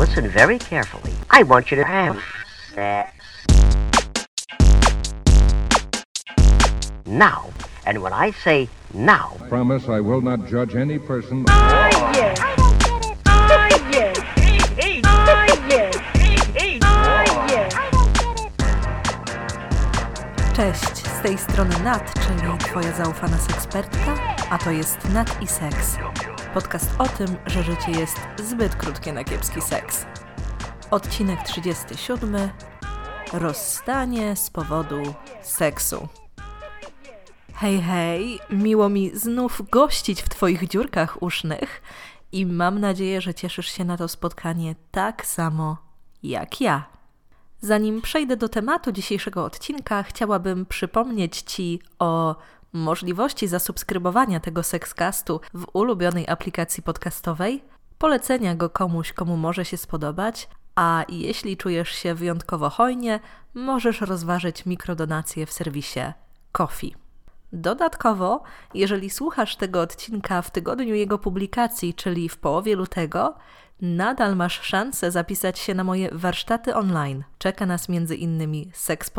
listen very carefully. I want you to have sex. Now. And when I say now... I promise I will not judge any person... I don't get it. Cześć, z tej strony Nat, czyli twoja zaufana sekspertka, a to jest Nat i Seks. Podcast o tym, że życie jest zbyt krótkie na kiepski seks. Odcinek 37. Rozstanie z powodu seksu. Hej, miło mi znów gościć w twoich dziurkach usznych i mam nadzieję, że cieszysz się na to spotkanie tak samo jak ja. Zanim przejdę do tematu dzisiejszego odcinka, chciałabym przypomnieć Ci o możliwości zasubskrybowania tego Sekscastu w ulubionej aplikacji podcastowej, polecenia go komuś, komu może się spodobać, a jeśli czujesz się wyjątkowo hojnie, możesz rozważyć mikrodonację w serwisie Ko-fi. Dodatkowo, jeżeli słuchasz tego odcinka w tygodniu jego publikacji, czyli w połowie lutego, nadal masz szansę zapisać się na moje warsztaty online. Czeka nas m.in. Seks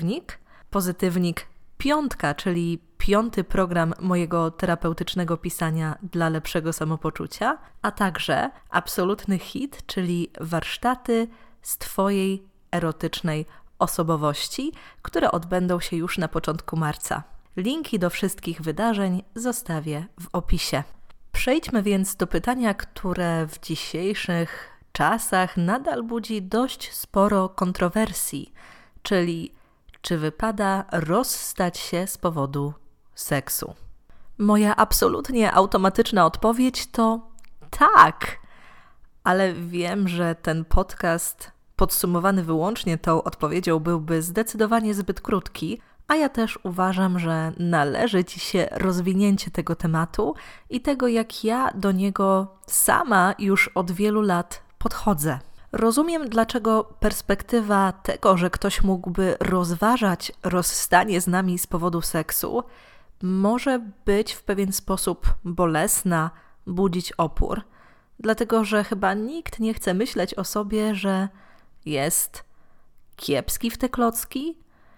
Pozytywnik 5, czyli 5. program mojego terapeutycznego pisania dla lepszego samopoczucia, a także absolutny hit, czyli warsztaty z Twojej erotycznej osobowości, które odbędą się już na początku marca. Linki do wszystkich wydarzeń zostawię w opisie. Przejdźmy więc do pytania, które w dzisiejszych czasach nadal budzi dość sporo kontrowersji, czyli czy wypada rozstać się z powodu seksu? Moja absolutnie automatyczna odpowiedź to tak, ale wiem, że ten podcast podsumowany wyłącznie tą odpowiedzią byłby zdecydowanie zbyt krótki, a ja też uważam, że należy Ci się rozwinięcie tego tematu i tego, jak ja do niego sama już od wielu lat podchodzę. Rozumiem, dlaczego perspektywa tego, że ktoś mógłby rozważać rozstanie z nami z powodu seksu, może być w pewien sposób bolesna, budzić opór, dlatego że chyba nikt nie chce myśleć o sobie, że jest kiepski w te klocki,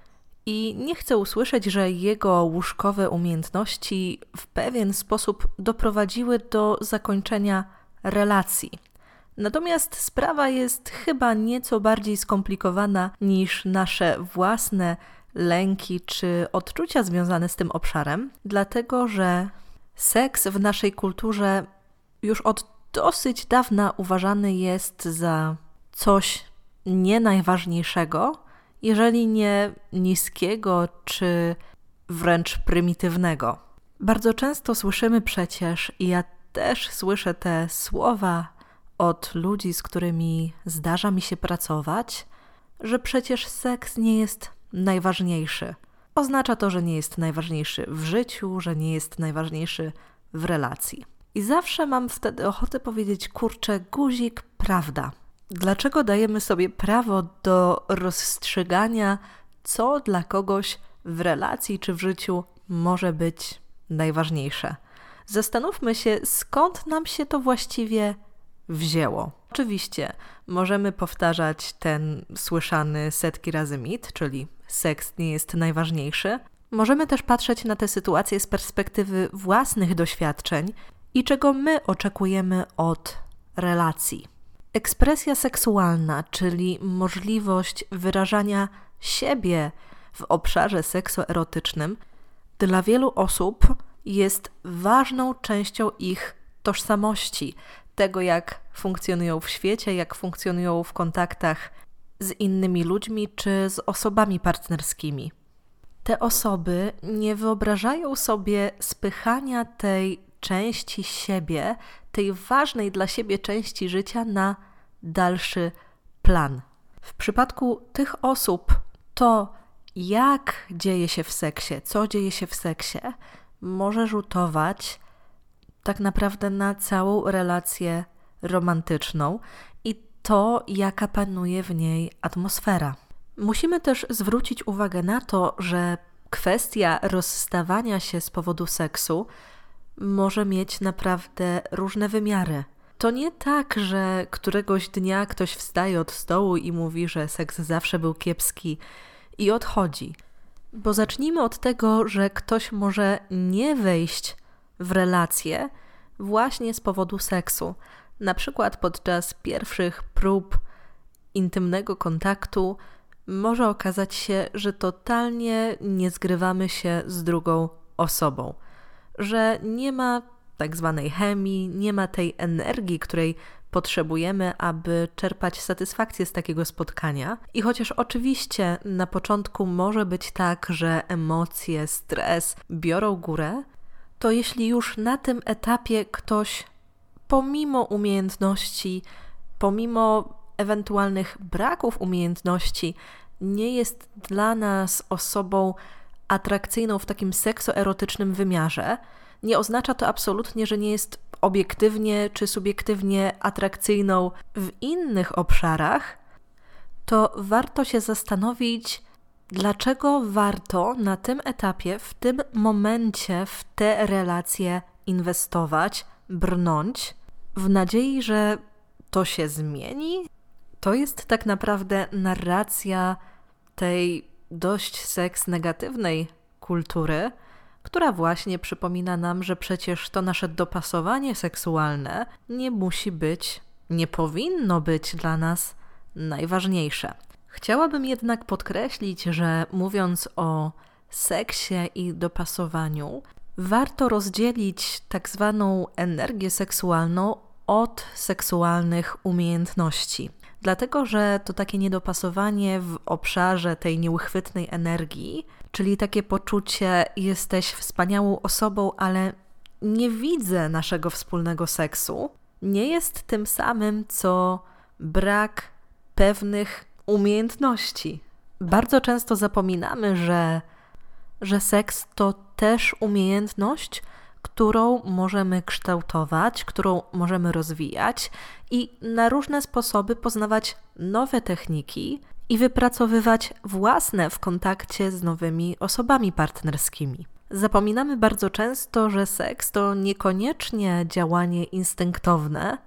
i nie chcę usłyszeć, że jego łóżkowe umiejętności w pewien sposób doprowadziły do zakończenia relacji. Natomiast sprawa jest chyba nieco bardziej skomplikowana niż nasze własne lęki czy odczucia związane z tym obszarem, dlatego że seks w naszej kulturze już od dosyć dawna uważany jest za coś nie najważniejszego, jeżeli nie niskiego czy wręcz prymitywnego. Bardzo często słyszymy przecież, i ja też słyszę te słowa od ludzi, z którymi zdarza mi się pracować, że przecież seks nie jest najważniejszy. Oznacza to, że nie jest najważniejszy w życiu, że nie jest najważniejszy w relacji. I zawsze mam wtedy ochotę powiedzieć, kurczę, guzik, prawda. Dlaczego dajemy sobie prawo do rozstrzygania, co dla kogoś w relacji czy w życiu może być najważniejsze? Zastanówmy się, skąd nam się to właściwie wzięło. Oczywiście możemy powtarzać ten słyszany setki razy mit, czyli seks nie jest najważniejszy. Możemy też patrzeć na tę sytuację z perspektywy własnych doświadczeń i czego my oczekujemy od relacji. Ekspresja seksualna, czyli możliwość wyrażania siebie w obszarze seksoerotycznym, dla wielu osób jest ważną częścią ich tożsamości, tego jak funkcjonują w świecie, jak funkcjonują w kontaktach z innymi ludźmi czy z osobami partnerskimi. Te osoby nie wyobrażają sobie spychania tej części siebie, tej ważnej dla siebie części życia na dalszy plan. W przypadku tych osób to, jak dzieje się w seksie, co dzieje się w seksie, może rzutować tak naprawdę na całą relację romantyczną i to, jaka panuje w niej atmosfera. Musimy też zwrócić uwagę na to, że kwestia rozstawania się z powodu seksu może mieć naprawdę różne wymiary. To nie tak, że któregoś dnia ktoś wstaje od stołu i mówi, że seks zawsze był kiepski i odchodzi. Bo zacznijmy od tego, że ktoś może nie wejść w relację właśnie z powodu seksu. Na przykład podczas pierwszych prób intymnego kontaktu może okazać się, że totalnie nie zgrywamy się z drugą osobą, że nie ma tak zwanej chemii, nie ma tej energii, której potrzebujemy, aby czerpać satysfakcję z takiego spotkania. I chociaż oczywiście na początku może być tak, że emocje, stres biorą górę, to jeśli już na tym etapie ktoś pomimo umiejętności, pomimo ewentualnych braków umiejętności, nie jest dla nas osobą atrakcyjną w takim seksoerotycznym wymiarze, nie oznacza to absolutnie, że nie jest obiektywnie czy subiektywnie atrakcyjną w innych obszarach, to warto się zastanowić, dlaczego warto na tym etapie, w tym momencie w te relacje inwestować, brnąć, w nadziei, że to się zmieni. To jest tak naprawdę narracja tej dość seks negatywnej kultury, która właśnie przypomina nam, że przecież to nasze dopasowanie seksualne nie musi być, nie powinno być dla nas najważniejsze. Chciałabym jednak podkreślić, że mówiąc o seksie i dopasowaniu, warto rozdzielić tak zwaną energię seksualną od seksualnych umiejętności. Dlatego, że to takie niedopasowanie w obszarze tej nieuchwytnej energii, czyli takie poczucie, jesteś wspaniałą osobą, ale nie widzę naszego wspólnego seksu, nie jest tym samym, co brak pewnych umiejętności. Bardzo często zapominamy, że seks to też umiejętność, którą możemy kształtować, którą możemy rozwijać i na różne sposoby poznawać nowe techniki i wypracowywać własne w kontakcie z nowymi osobami partnerskimi. Zapominamy bardzo często, że seks to niekoniecznie działanie instynktowne,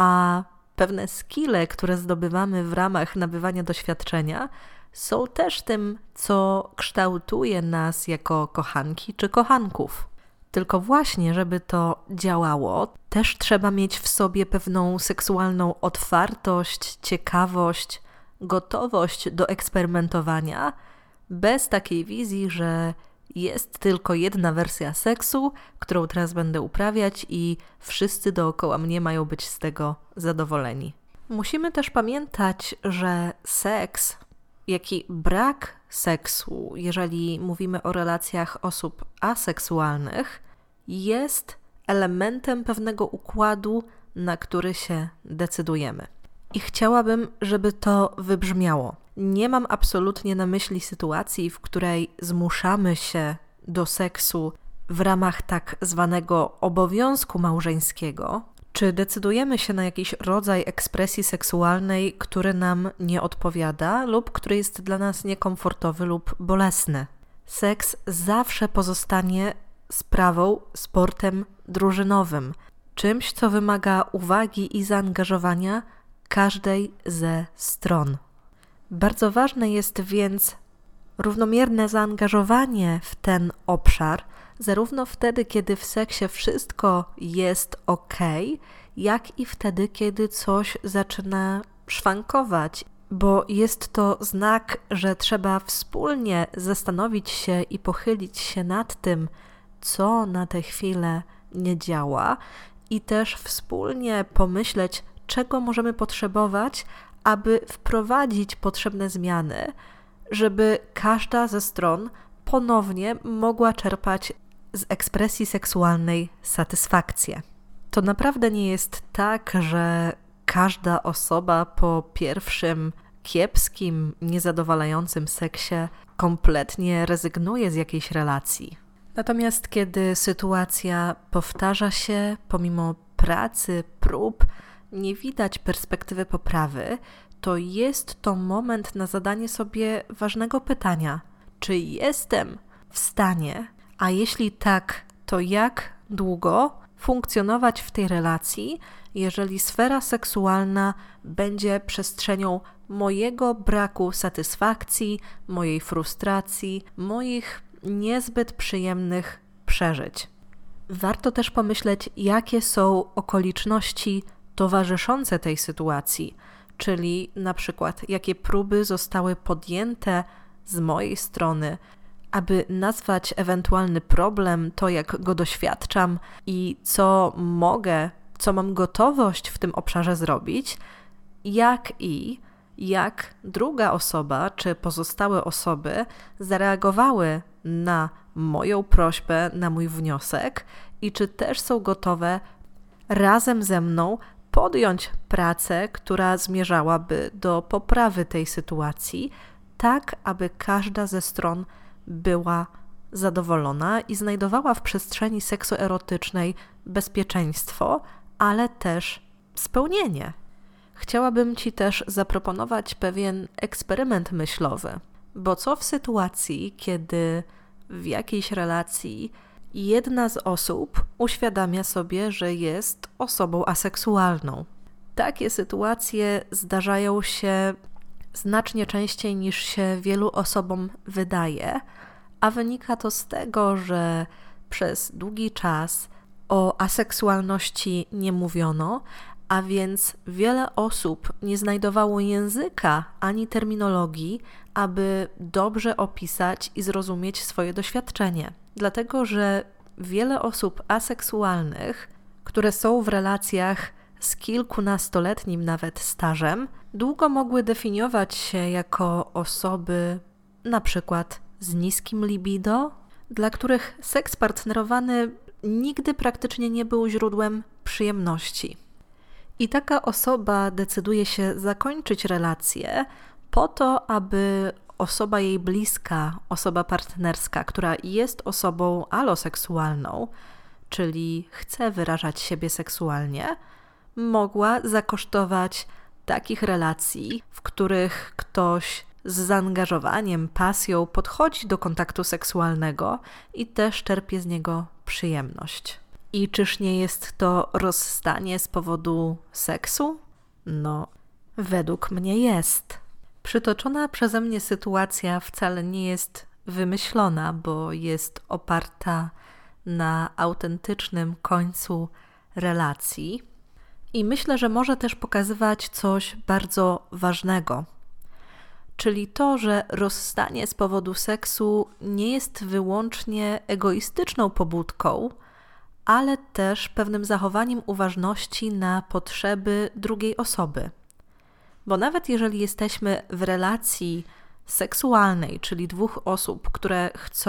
a pewne skille, które zdobywamy w ramach nabywania doświadczenia, są też tym, co kształtuje nas jako kochanki czy kochanków. Tylko właśnie, żeby to działało, też trzeba mieć w sobie pewną seksualną otwartość, ciekawość, gotowość do eksperymentowania, bez takiej wizji, że jest tylko jedna wersja seksu, którą teraz będę uprawiać i wszyscy dookoła mnie mają być z tego zadowoleni. Musimy też pamiętać, że seks, jak i brak seksu, jeżeli mówimy o relacjach osób aseksualnych, jest elementem pewnego układu, na który się decydujemy. I chciałabym, żeby to wybrzmiało. Nie mam absolutnie na myśli sytuacji, w której zmuszamy się do seksu w ramach tak zwanego obowiązku małżeńskiego, czy decydujemy się na jakiś rodzaj ekspresji seksualnej, który nam nie odpowiada lub który jest dla nas niekomfortowy lub bolesny. Seks zawsze pozostanie sprawą, sportem drużynowym, czymś, co wymaga uwagi i zaangażowania każdej ze stron. Bardzo ważne jest więc równomierne zaangażowanie w ten obszar, zarówno wtedy, kiedy w seksie wszystko jest okej, jak i wtedy, kiedy coś zaczyna szwankować, bo jest to znak, że trzeba wspólnie zastanowić się i pochylić się nad tym, co na tę chwilę nie działa i też wspólnie pomyśleć, czego możemy potrzebować, aby wprowadzić potrzebne zmiany, żeby każda ze stron ponownie mogła czerpać z ekspresji seksualnej satysfakcję. To naprawdę nie jest tak, że każda osoba po pierwszym kiepskim, niezadowalającym seksie kompletnie rezygnuje z jakiejś relacji. Natomiast kiedy sytuacja powtarza się, pomimo pracy, prób, nie widać perspektywy poprawy, to jest to moment na zadanie sobie ważnego pytania. Czy jestem w stanie, a jeśli tak, to jak długo funkcjonować w tej relacji jeżeli sfera seksualna będzie przestrzenią mojego braku satysfakcji, mojej frustracji, moich niezbyt przyjemnych przeżyć. Warto też pomyśleć, jakie są okoliczności towarzyszące tej sytuacji, czyli na przykład jakie próby zostały podjęte z mojej strony, aby nazwać ewentualny problem, to jak go doświadczam i co mam gotowość w tym obszarze zrobić, jak druga osoba czy pozostałe osoby zareagowały na moją prośbę, na mój wniosek i czy też są gotowe razem ze mną podjąć pracę, która zmierzałaby do poprawy tej sytuacji, tak aby każda ze stron była zadowolona i znajdowała w przestrzeni seksoerotycznej bezpieczeństwo, ale też spełnienie. Chciałabym Ci też zaproponować pewien eksperyment myślowy, bo co w sytuacji, kiedy w jakiejś relacji jedna z osób uświadamia sobie, że jest osobą aseksualną. Takie sytuacje zdarzają się znacznie częściej niż się wielu osobom wydaje, a wynika to z tego, że przez długi czas o aseksualności nie mówiono, a więc wiele osób nie znajdowało języka ani terminologii, aby dobrze opisać i zrozumieć swoje doświadczenie. Dlatego, że wiele osób aseksualnych, które są w relacjach z kilkunastoletnim nawet stażem, długo mogły definiować się jako osoby na przykład z niskim libido, dla których seks partnerowany nigdy praktycznie nie był źródłem przyjemności. I taka osoba decyduje się zakończyć relację po to, aby osoba jej bliska, osoba partnerska, która jest osobą aloseksualną, czyli chce wyrażać siebie seksualnie, mogła zakosztować takich relacji, w których ktoś z zaangażowaniem, pasją podchodzi do kontaktu seksualnego i też czerpie z niego przyjemność. I czyż nie jest to rozstanie z powodu seksu? No, według mnie jest. Przytoczona przeze mnie sytuacja wcale nie jest wymyślona, bo jest oparta na autentycznym końcu relacji i myślę, że może też pokazywać coś bardzo ważnego, czyli to, że rozstanie z powodu seksu nie jest wyłącznie egoistyczną pobudką, ale też pewnym zachowaniem uważności na potrzeby drugiej osoby. Bo nawet jeżeli jesteśmy w relacji seksualnej, czyli dwóch osób, które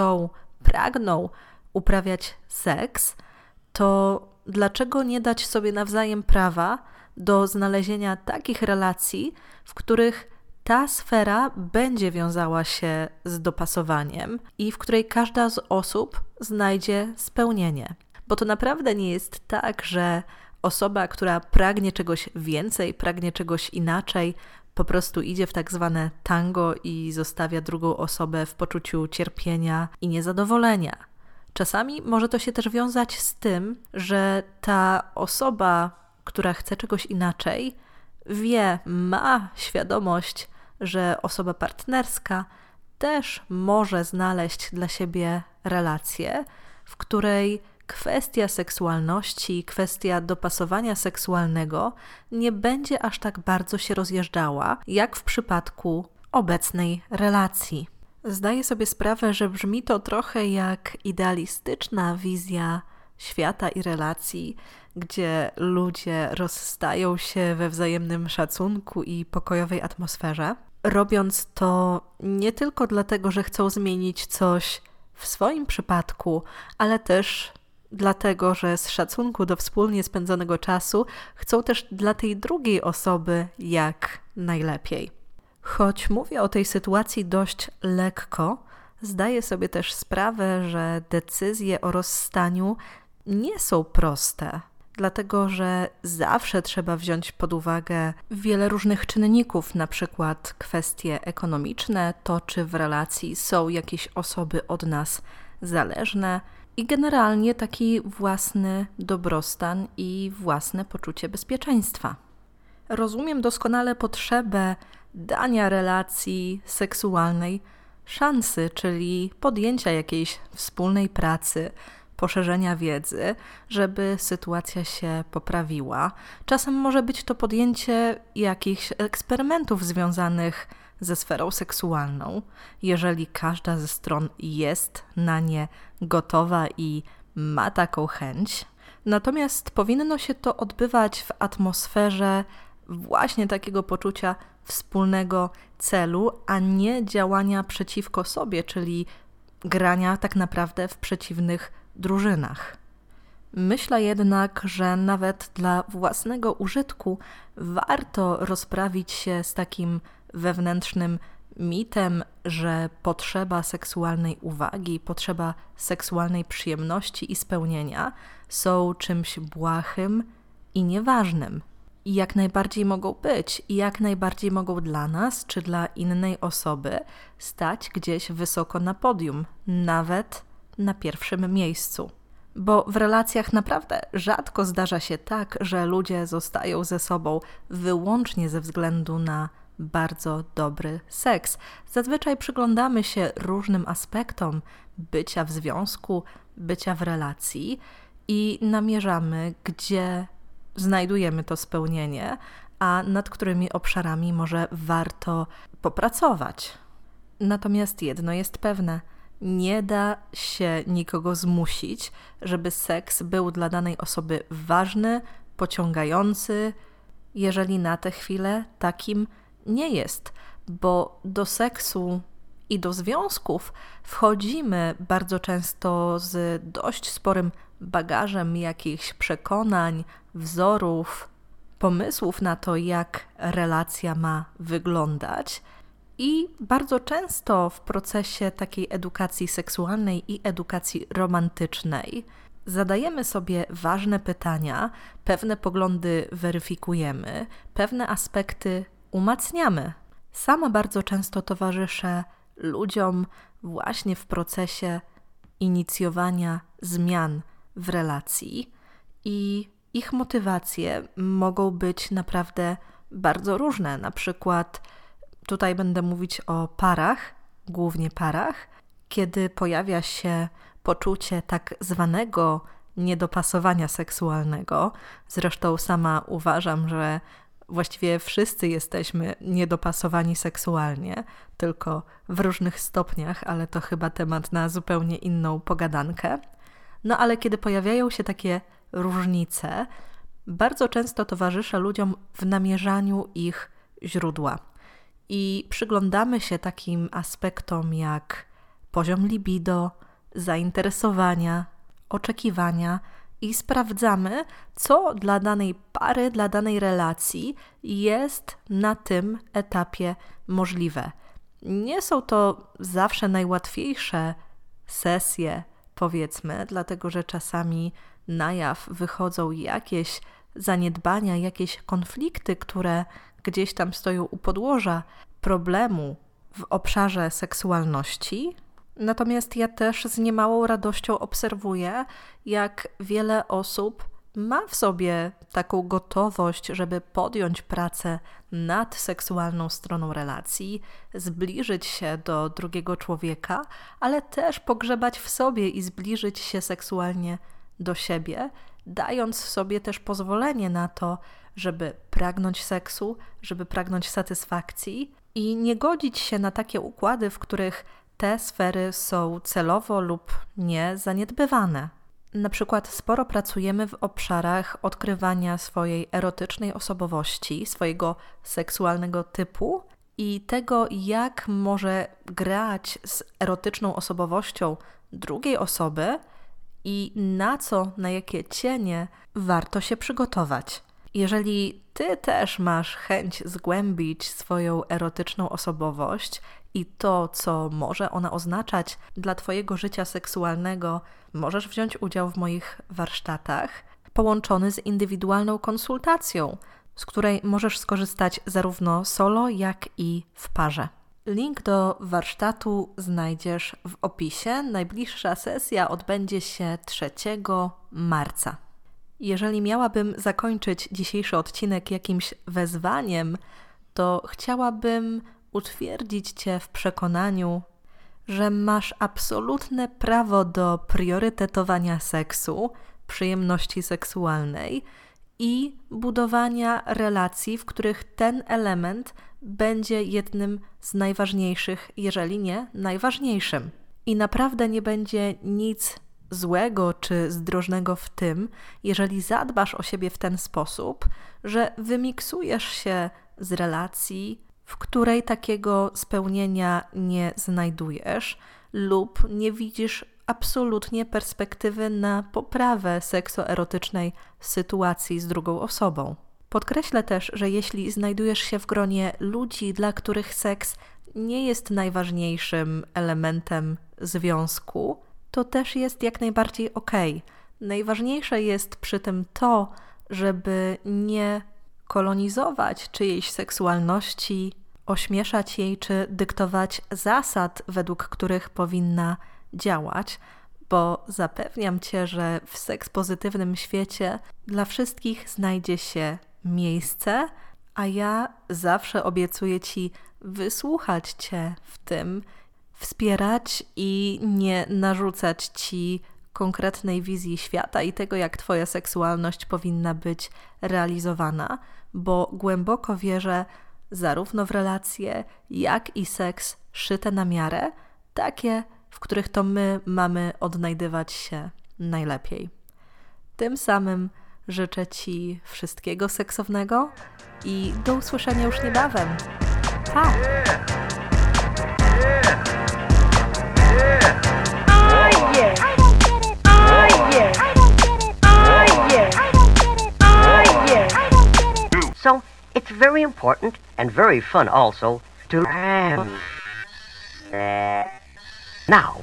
pragną uprawiać seks, to dlaczego nie dać sobie nawzajem prawa do znalezienia takich relacji, w których ta sfera będzie wiązała się z dopasowaniem i w której każda z osób znajdzie spełnienie. Bo to naprawdę nie jest tak, że osoba, która pragnie czegoś więcej, pragnie czegoś inaczej, po prostu idzie w tak zwane tango i zostawia drugą osobę w poczuciu cierpienia i niezadowolenia. Czasami może to się też wiązać z tym, że ta osoba, która chce czegoś inaczej, ma świadomość, że osoba partnerska też może znaleźć dla siebie relację, w której kwestia seksualności, kwestia dopasowania seksualnego nie będzie aż tak bardzo się rozjeżdżała, jak w przypadku obecnej relacji. Zdaję sobie sprawę, że brzmi to trochę jak idealistyczna wizja świata i relacji, gdzie ludzie rozstają się we wzajemnym szacunku i pokojowej atmosferze, robiąc to nie tylko dlatego, że chcą zmienić coś w swoim przypadku, ale też dlatego, że z szacunku do wspólnie spędzonego czasu chcą też dla tej drugiej osoby jak najlepiej. Choć mówię o tej sytuacji dość lekko, zdaję sobie też sprawę, że decyzje o rozstaniu nie są proste, dlatego że zawsze trzeba wziąć pod uwagę wiele różnych czynników, na przykład kwestie ekonomiczne, to czy w relacji są jakieś osoby od nas zależne, i generalnie taki własny dobrostan i własne poczucie bezpieczeństwa. Rozumiem doskonale potrzebę dania relacji seksualnej szansy, czyli podjęcia jakiejś wspólnej pracy, poszerzenia wiedzy, żeby sytuacja się poprawiła. Czasem może być to podjęcie jakichś eksperymentów związanych ze sferą seksualną, jeżeli każda ze stron jest na nie gotowa i ma taką chęć. Natomiast powinno się to odbywać w atmosferze właśnie takiego poczucia wspólnego celu, a nie działania przeciwko sobie, czyli grania tak naprawdę w przeciwnych drużynach. Myślę jednak, że nawet dla własnego użytku warto rozprawić się z takim wewnętrznym mitem, że potrzeba seksualnej uwagi, potrzeba seksualnej przyjemności i spełnienia są czymś błahym i nieważnym. I jak najbardziej mogą być, i jak najbardziej mogą dla nas czy dla innej osoby stać gdzieś wysoko na podium, nawet na pierwszym miejscu. Bo w relacjach naprawdę rzadko zdarza się tak, że ludzie zostają ze sobą wyłącznie ze względu na bardzo dobry seks. Zazwyczaj przyglądamy się różnym aspektom bycia w związku, bycia w relacji i namierzamy, gdzie znajdujemy to spełnienie, a nad którymi obszarami może warto popracować. Natomiast jedno jest pewne, nie da się nikogo zmusić, żeby seks był dla danej osoby ważny, pociągający, jeżeli na tę chwilę takim nie jest, bo do seksu i do związków wchodzimy bardzo często z dość sporym bagażem jakichś przekonań, wzorów, pomysłów na to, jak relacja ma wyglądać. I bardzo często w procesie takiej edukacji seksualnej i edukacji romantycznej zadajemy sobie ważne pytania, pewne poglądy weryfikujemy, pewne aspekty umacniamy. Sama bardzo często towarzyszę ludziom właśnie w procesie inicjowania zmian w relacji i ich motywacje mogą być naprawdę bardzo różne. Na przykład tutaj będę mówić o parach, głównie parach, kiedy pojawia się poczucie tak zwanego niedopasowania seksualnego. Zresztą sama uważam, że właściwie wszyscy jesteśmy niedopasowani seksualnie, tylko w różnych stopniach, ale to chyba temat na zupełnie inną pogadankę. No ale kiedy pojawiają się takie różnice, bardzo często towarzyszę ludziom w namierzaniu ich źródła. I przyglądamy się takim aspektom jak poziom libido, zainteresowania, oczekiwania i sprawdzamy, co dla danej pary, dla danej relacji jest na tym etapie możliwe. Nie są to zawsze najłatwiejsze sesje, powiedzmy, dlatego że czasami na jaw wychodzą jakieś zaniedbania, jakieś konflikty, które gdzieś tam stoją u podłoża problemu w obszarze seksualności. Natomiast ja też z niemałą radością obserwuję, jak wiele osób ma w sobie taką gotowość, żeby podjąć pracę nad seksualną stroną relacji, zbliżyć się do drugiego człowieka, ale też pogrzebać w sobie i zbliżyć się seksualnie do siebie, dając sobie też pozwolenie na to, żeby pragnąć seksu, żeby pragnąć satysfakcji i nie godzić się na takie układy, w których te sfery są celowo lub nie zaniedbywane. Na przykład sporo pracujemy w obszarach odkrywania swojej erotycznej osobowości, swojego seksualnego typu i tego, jak może grać z erotyczną osobowością drugiej osoby i na co, na jakie cienie warto się przygotować. Jeżeli ty też masz chęć zgłębić swoją erotyczną osobowość i to, co może ona oznaczać dla twojego życia seksualnego, możesz wziąć udział w moich warsztatach, połączony z indywidualną konsultacją, z której możesz skorzystać zarówno solo, jak i w parze. Link do warsztatu znajdziesz w opisie. Najbliższa sesja odbędzie się 3 marca. Jeżeli miałabym zakończyć dzisiejszy odcinek jakimś wezwaniem, to chciałabym utwierdzić Cię w przekonaniu, że masz absolutne prawo do priorytetowania seksu, przyjemności seksualnej i budowania relacji, w których ten element będzie jednym z najważniejszych, jeżeli nie najważniejszym. I naprawdę nie będzie nic złego czy zdrożnego w tym, jeżeli zadbasz o siebie w ten sposób, że wymiksujesz się z relacji, w której takiego spełnienia nie znajdujesz lub nie widzisz absolutnie perspektywy na poprawę seksoerotycznej sytuacji z drugą osobą. Podkreślę też, że jeśli znajdujesz się w gronie ludzi, dla których seks nie jest najważniejszym elementem związku, to też jest jak najbardziej okej. Najważniejsze jest przy tym to, żeby nie kolonizować czyjejś seksualności, ośmieszać jej czy dyktować zasad, według których powinna działać, bo zapewniam Cię, że w sekspozytywnym świecie dla wszystkich znajdzie się miejsce, a ja zawsze obiecuję Ci wysłuchać Cię w tym, wspierać i nie narzucać Ci konkretnej wizji świata i tego, jak Twoja seksualność powinna być realizowana, bo głęboko wierzę zarówno w relacje, jak i seks szyte na miarę, takie, w których to my mamy odnajdywać się najlepiej. Tym samym życzę Ci wszystkiego seksownego i do usłyszenia już niebawem. Pa! So, it's very important and very fun also to Now,